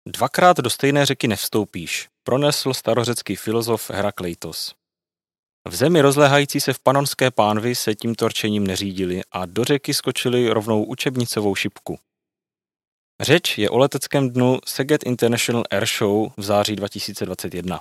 Dvakrát do stejné řeky nevstoupíš, pronesl starořecký filozof Herakleitos. V zemi rozléhající se v panonské pánvi se tímto rčením neřídili a do řeky skočili rovnou učebnicovou šipku. Řeč je o leteckém dnu Szeged International Air Show v září 2021.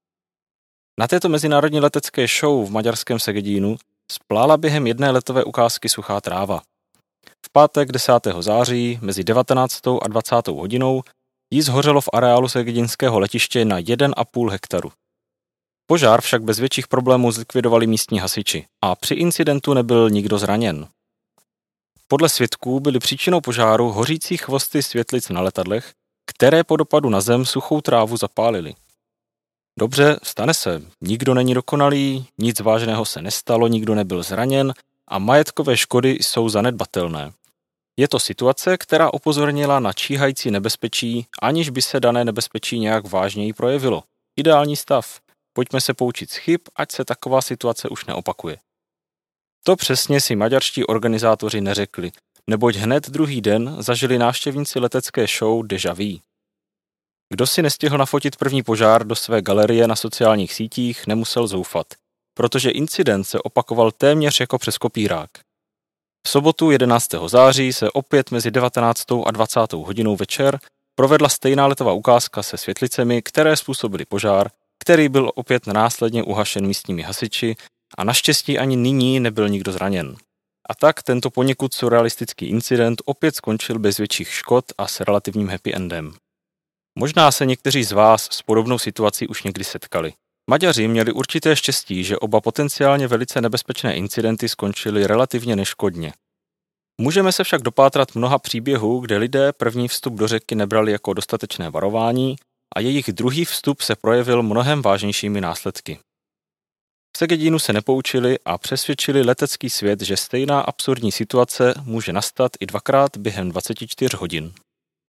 Na této mezinárodní letecké show v maďarském Szegedínu splála během jedné letové ukázky suchá tráva. V pátek 10. září mezi 19. a 20. hodinou jí zhořelo v areálu szegedínského letiště na 1,5 hektaru. Požár však bez větších problémů zlikvidovali místní hasiči a při incidentu nebyl nikdo zraněn. Podle svědků byly příčinou požáru hořící chvosty světlic na letadlech, které po dopadu na zem suchou trávu zapálily. Dobře, stane se, nikdo není dokonalý, nic vážného se nestalo, nikdo nebyl zraněn a majetkové škody jsou zanedbatelné. Je to situace, která upozornila na číhající nebezpečí, aniž by se dané nebezpečí nějak vážněji projevilo. Ideální stav. Pojďme se poučit z chyb, ať se taková situace už neopakuje. To přesně si maďarští organizátoři neřekli, neboť hned druhý den zažili návštěvníci letecké show déjà vu. Kdo si nestihl nafotit první požár do své galerie na sociálních sítích, nemusel zoufat, protože incident se opakoval téměř jako přes kopírák. V sobotu 11. září se opět mezi 19. a 20. hodinou večer provedla stejná letová ukázka se světlicemi, které způsobily požár, který byl opět následně uhašen místními hasiči a naštěstí ani nyní nebyl nikdo zraněn. A tak tento poněkud surrealistický incident opět skončil bez větších škod a s relativním happy endem. Možná se někteří z vás s podobnou situací už někdy setkali. Maďaři měli určité štěstí, že oba potenciálně velice nebezpečné incidenty skončily relativně neškodně. Můžeme se však dopátrat mnoha příběhů, kde lidé první vstup do řeky nebrali jako dostatečné varování a jejich druhý vstup se projevil mnohem vážnějšími následky. V Szegedínu se nepoučili a přesvědčili letecký svět, že stejná absurdní situace může nastat i dvakrát během 24 hodin.